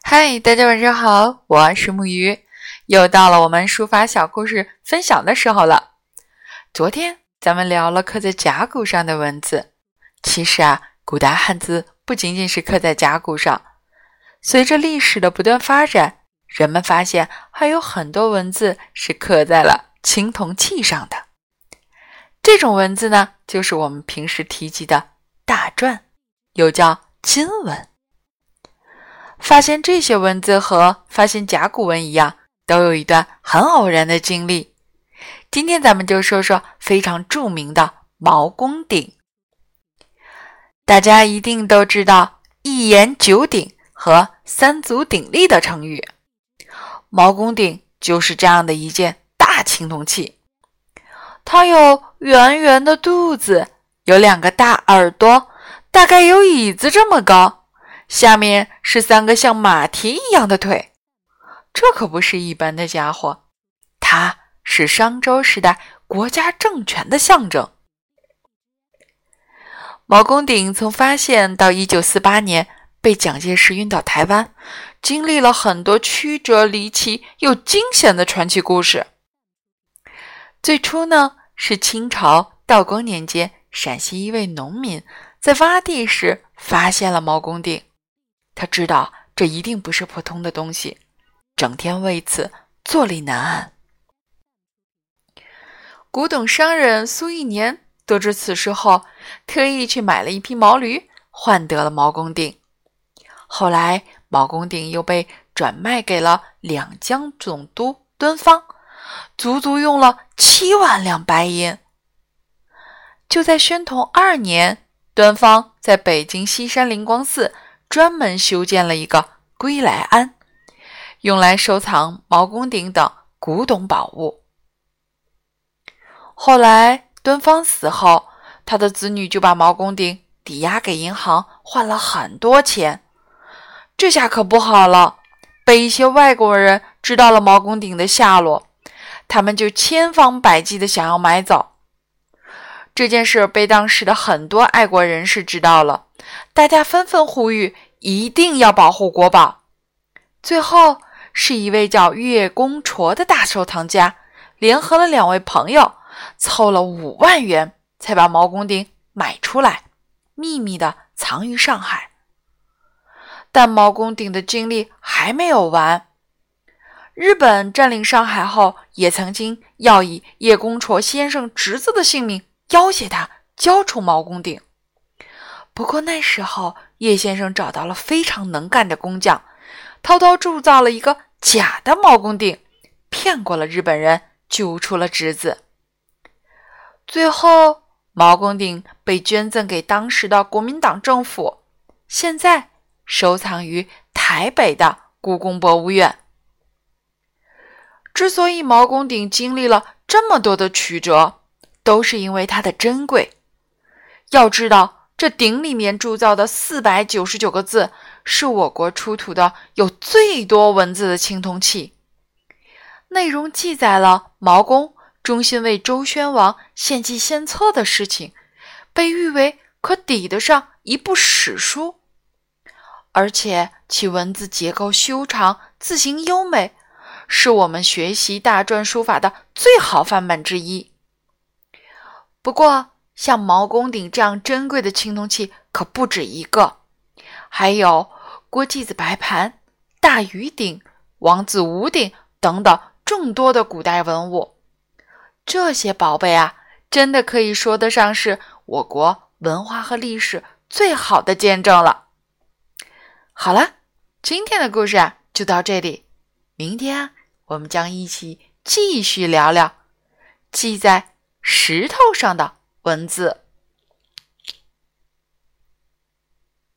嗨，大家晚上好，我是木鱼，又到了我们书法小故事分享的时候了。昨天咱们聊了刻在甲骨上的文字，其实古代汉字不仅仅是刻在甲骨上，随着历史的不断发展，人们发现还有很多文字是刻在了青铜器上的。这种文字呢，就是我们平时提及的大篆，又叫金文。发现这些文字和发现甲骨文一样，都有一段很偶然的经历。今天咱们就说说非常著名的毛公鼎。大家一定都知道一言九鼎和三足鼎立的成语。毛公鼎就是这样的一件大青铜器。它有圆圆的肚子，有2个大耳朵，大概有椅子这么高。下面是3个像马蹄一样的腿，这可不是一般的家伙，它是商周时代国家政权的象征。毛公鼎从发现到1948年被蒋介石运到台湾，经历了很多曲折离奇又惊险的传奇故事。最初呢，是清朝道光年间，陕西一位农民在挖地时发现了毛公鼎。他知道这一定不是普通的东西，整天为此坐立难安。古董商人苏一年得知此事后，特意去买了一匹毛驴，换得了毛公鼎。后来毛公鼎又被转卖给了两江总督敦芳，足足用了7万两白银。就在宣统2年，敦芳在北京西山灵光寺专门修建了一个归来庵，用来收藏毛公鼎等古董宝物。后来敦芳死后，他的子女就把毛公鼎抵押给银行，换了很多钱。这下可不好了，被一些外国人知道了毛公鼎的下落，他们就千方百计地想要买走。这件事被当时的很多爱国人士知道了，大家纷纷呼吁一定要保护国宝。最后是一位叫岳公绰的大收藏家，联合了2位朋友，凑了5万元，才把毛公鼎买出来，秘密地藏于上海。但毛公鼎的经历还没有完。日本占领上海后，也曾经要以叶公绰先生侄子的性命要挟他交出毛公鼎。不过那时候叶先生找到了非常能干的工匠，偷偷铸造了一个假的毛公鼎，骗过了日本人，救出了侄子。最后毛公鼎被捐赠给当时的国民党政府，现在收藏于台北的故宫博物院。之所以毛公鼎经历了这么多的曲折，都是因为它的珍贵。要知道，这鼎里面铸造的499个字，是我国出土的有最多文字的青铜器。内容记载了毛公忠心为周宣王献计献策的事情，被誉为可抵得上一部史书。而且其文字结构修长，字形优美，是我们学习大篆书法的最好范本之一。不过像毛公鼎这样珍贵的青铜器可不止一个，还有郭季子白盘、大禹鼎、王子吴鼎等等众多的古代文物。这些宝贝真的可以说得上是我国文化和历史最好的见证了。好了，今天的故事就到这里。明天我们将一起继续聊聊记在石头上的文字。